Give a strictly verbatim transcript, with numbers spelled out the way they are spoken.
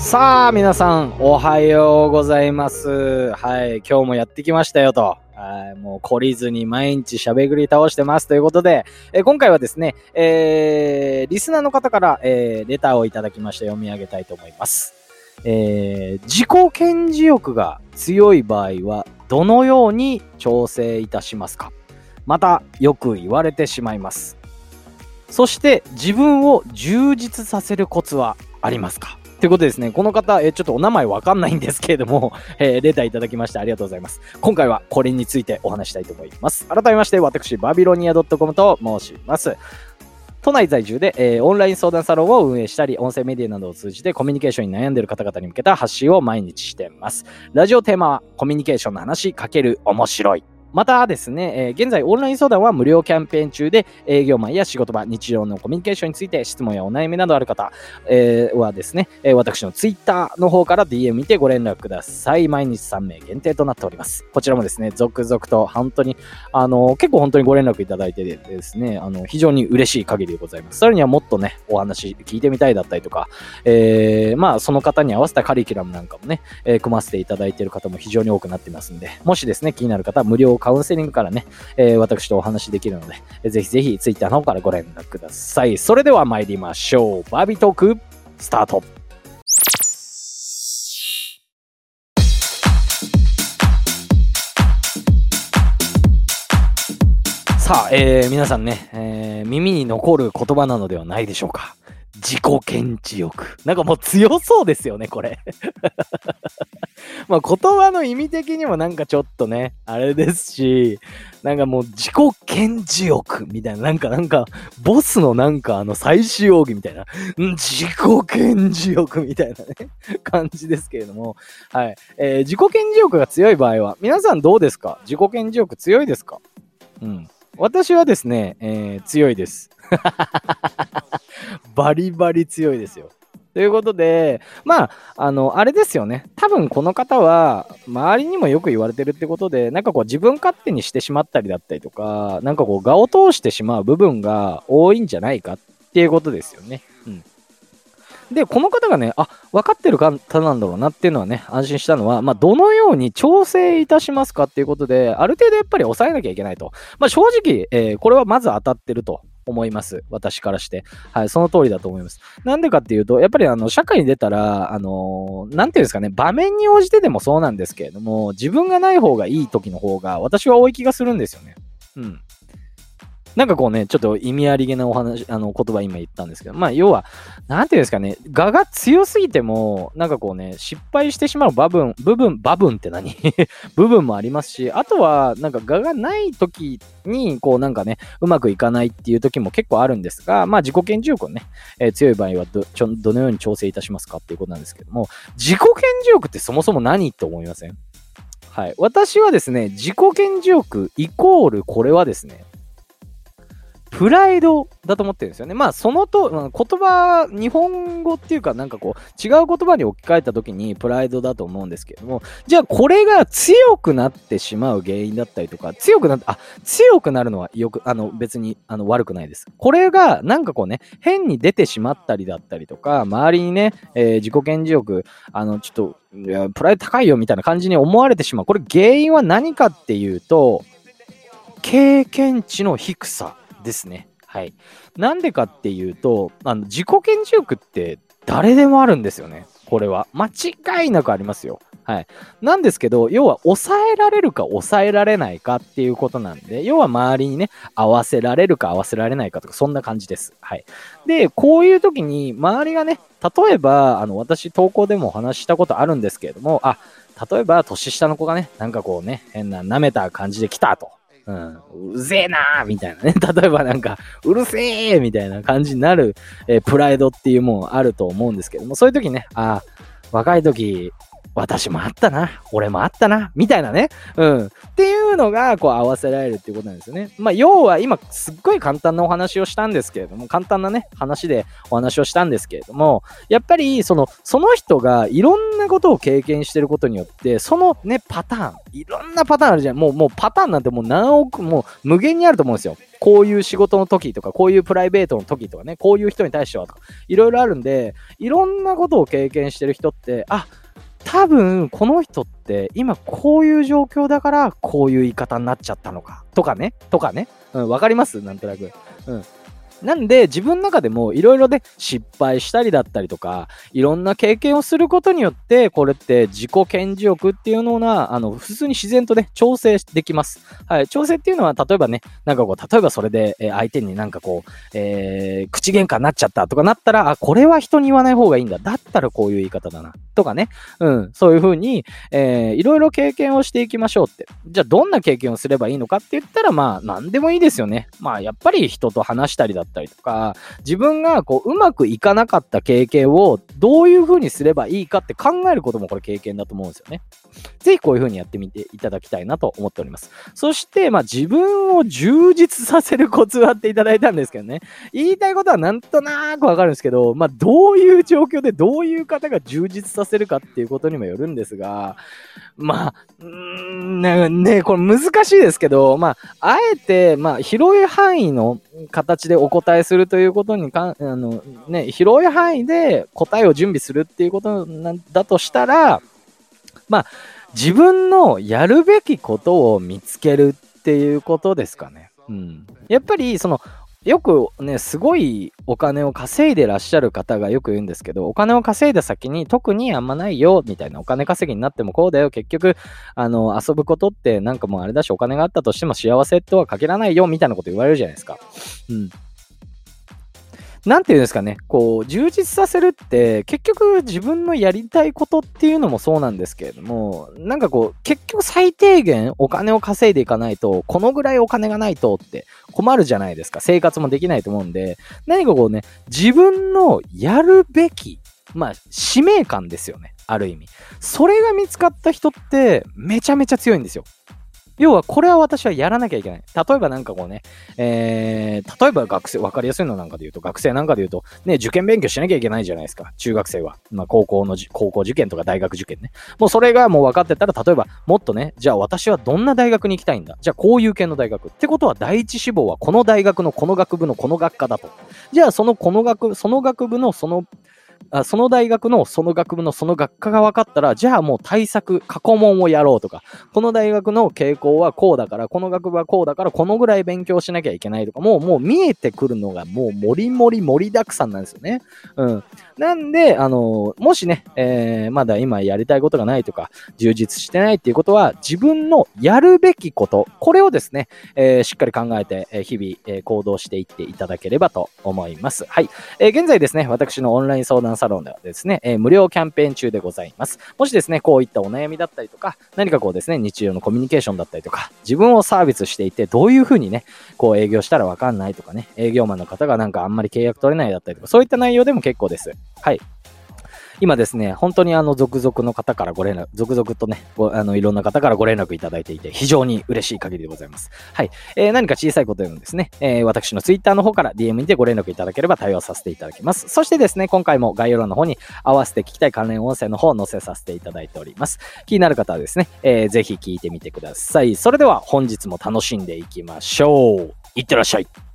さあ皆さんおはようございます。はい、今日もやってきましたよと。はい、もう懲りずに毎日しゃべくり倒してますということで、えー今回はですね、えー、リスナーの方から、えー、レターをいただきまして読み上げたいと思います。えー、自己顕示欲が強い場合はどのように調整いたしますか？またよく言われてしまいます。そして自分を充実させるコツはありますか？ということでですね、この方、えーちょっとお名前わかんないんですけれども、えーレターいただきましてありがとうございます。今回はこれについてお話したいと思います。改めまして、私、バビロニア .com と申します。都内在住で、えーオンライン相談サロンを運営したり、音声メディアなどを通じてコミュニケーションに悩んでいる方々に向けた発信を毎日しています。ラジオテーマはコミュニケーションの話×面白い。またですね、えー現在オンライン相談は無料キャンペーン中で、営業マンや仕事場、日常のコミュニケーションについて質問やお悩みなどある方、えーはですね、えー私のツイッターの方から ディーエム にてご連絡ください。毎日さんめい限定となっております。こちらもですね、続々と本当に、あのー結構本当にご連絡いただいてですね、あの非常に嬉しい限りでございます。さらにはもっとね、お話聞いてみたいだったりとか、えーまあその方に合わせたカリキュラムなんかもね、えー組ませていただいている方も非常に多くなっていますんで、もしですね、気になる方は無料カウンセリングからね、えー私とお話しできるので、えーぜひぜひツイッターの方からご連絡ください。それでは参りましょう。バービートークスタート。さあ、えー皆さんね、えー耳に残る言葉なのではないでしょうか。自己顕示欲。なんかもう強そうですよね、これ。まあ言葉の意味的にもなんかちょっとね、あれですし、なんかもう自己顕示欲みたいな、なんかなんか、ボスのなんかあの最終奥義みたいな、ん自己顕示欲みたいなね、感じですけれども、はい。えー自己顕示欲が強い場合は、皆さんどうですか？自己顕示欲強いですか？うん。私はですね、えー強いです。バリバリ強いですよ。ということで、まあ、あの、あれですよね。多分この方は、周りにもよく言われてるってことで、なんかこう自分勝手にしてしまったりだったりとか、なんかこう、我を通してしまう部分が多いんじゃないかっていうことですよね。うん。で、この方がね、あ、分かってる方なんだろうなっていうのはね、安心したのは、まあ、どのように調整いたしますかっていうことで、ある程度やっぱり抑えなきゃいけないと。まあ、正直、えーこれはまず当たってると思います。私からして。はい、その通りだと思います。なんでかっていうと、やっぱりあの、社会に出たら、あのーなんていうんですかね、場面に応じてでもそうなんですけれども、自分がない方がいい時の方が、私は多い気がするんですよね。うん。なんかこうね、ちょっと意味ありげなお話、あの、言葉今言ったんですけど、まあ、要は、なんていうんですかね、我が強すぎても、なんかこうね、失敗してしまう部分、部分、部分って何部分もありますし、あとは、なんか我がない時に、こうなんかね、うまくいかないっていう時も結構あるんですが、まあ、自己顕示欲をね、えー強い場合はど、ちょ、どのように調整いたしますかっていうことなんですけども、自己顕示欲ってそもそも何と思いません？はい。私はですね、自己顕示欲イコールこれはですね、プライドだと思ってるんですよね。まあ、そのと、まあ言葉、日本語っていうか、なんかこう、違う言葉に置き換えた時にプライドだと思うんですけども、じゃあこれが強くなってしまう原因だったりとか、強くなって、あ、強くなるのはよく、あの、別に、あの、悪くないです。これが、なんかこうね、変に出てしまったりだったりとか、周りにね、えー自己顕示欲、あの、ちょっと、いや、プライド高いよみたいな感じに思われてしまう。これ原因は何かっていうと、経験値の低さですね。はい。なんでかっていうと、あの自己顕示欲って誰でもあるんですよね。これは。間違いなくありますよ。はい。なんですけど、要は抑えられるか抑えられないかっていうことなんで、要は周りにね、合わせられるか合わせられないかとか、そんな感じです。はい。で、こういう時に周りがね、例えば、あの、私投稿でもお話ししたことあるんですけれども、あ、例えば年下の子がね、なんかこうね、変な舐めた感じで来たと。うん、うぜえなーみたいなね。例えばなんか、うるせえみたいな感じになる、えープライドっていうもんあると思うんですけども、そういう時ね、あ、若い時、 私もあったな、俺もあったな、みたいなね。うん。っていうのが、こう、合わせられるっていうことなんですよね。まあ、要は今、すっごい簡単なお話をしたんですけれども、簡単なね、話でお話をしたんですけれども、やっぱり、その、その人がいろんなことを経験してることによって、そのね、パターン、いろんなパターンあるじゃん。もう、もうパターンなんてもう何億、もう無限にあると思うんですよ。こういう仕事の時とか、こういうプライベートの時とかね、こういう人に対してはとか、いろいろあるんで、いろんなことを経験してる人って、あ、多分この人って今こういう状況だからこういう言い方になっちゃったのかとかねとかね、うん、わかりますなんとなく、うん、なんで自分の中でもいろいろで失敗したりだったりとかいろんな経験をすることによってこれって自己顕示欲っていうのがあの普通に自然とね調整できます。はい、調整っていうのは例えばねなんかこう例えばそれで、えー、相手になんかこう、えー、口喧嘩になっちゃったとかなったらあこれは人に言わない方がいいんだだったらこういう言い方だなとかね、うん、そういう風に、えー、いろいろ経験をしていきましょうって。じゃあどんな経験をすればいいのかって言ったらまあ何でもいいですよね。まあやっぱり人と話したりだったりとか自分がこううまくいかなかった経験をどういう風にすればいいかって考えることもこれ経験だと思うんですよね。ぜひこういう風にやってみていただきたいなと思っております。そしてまあ自分を充実させるコツはっていただいたんですけどね、言いたいことはなんとなくわかるんですけど、まあどういう状況でどういう方が充実させるかっていうことにもよるんですが、まあうーんね、ねこれ難しいですけど、まああえてまあ広い範囲の形でお答えするということにかあのね広い範囲で答えを準備するっていうことなんだとしたら、まあ自分のやるべきことを見つけるっていうことですかね。うん、やっぱりそのよくねすごいお金を稼いでらっしゃる方がよく言うんですけど、お金を稼いだ先に特にあんまないよみたいな、お金稼ぎになってもこうだよ、結局あの遊ぶことってなんかもうあれだし、お金があったとしても幸せとは限らないよみたいなこと言われるじゃないですか。うんなんていうんですかね、こう充実させるって結局自分のやりたいことっていうのもそうなんですけれども、なんかこう結局最低限お金を稼いでいかないと、このぐらいお金がないとって困るじゃないですか。生活もできないと思うんで、何かこうね自分のやるべきまあ使命感ですよね、ある意味。それが見つかった人ってめちゃめちゃ強いんですよ。要はこれは私はやらなきゃいけない。例えばなんかこうね、えー、例えば学生、わかりやすいのなんかで言うと、学生なんかで言うと、ね、受験勉強しなきゃいけないじゃないですか。中学生は。まあ高校の、高校受験とか大学受験ね。もうそれがもう分かってたら、例えばもっとね、じゃあ私はどんな大学に行きたいんだ。じゃあこういう系の大学。ってことは第一志望はこの大学のこの学部のこの学科だと。じゃあそのこの学、その学部のその、あその大学のその学部のその学科が分かったら、じゃあもう対策過去問をやろうとか、この大学の傾向はこうだから、この学部はこうだから、このぐらい勉強しなきゃいけないとか、もうもう見えてくるのがもうもりもり盛りだくさんなんですよね。うんなんであのもしね、えー、まだ今やりたいことがないとか充実してないっていうことは、自分のやるべきことこれをですね、えー、しっかり考えて、えー、日々、えー、行動していっていただければと思います。はい、えー、現在ですね私のオンライン相談サロンではですね、えー、無料キャンペーン中でございます。もしですねこういったお悩みだったりとか、何かこうですね日常のコミュニケーションだったりとか、自分をサービスしていてどういう風にねこう営業したらわかんないとかね、営業マンの方がなんかあんまり契約取れないだったりとか、そういった内容でも結構です。はい。今ですね、本当にあの続々の方からご連絡、続々とね、ごあのいろんな方からご連絡いただいていて、非常に嬉しい限りでございます。はい。えー、何か小さいことでもですね、えー、私のツイッターの方から ディーエム にてご連絡いただければ対応させていただきます。そしてですね、今回も概要欄の方に合わせて聞きたい関連音声の方を載せさせていただいております。気になる方はですね、えー、ぜひ聞いてみてください。それでは本日も楽しんでいきましょう。いってらっしゃい。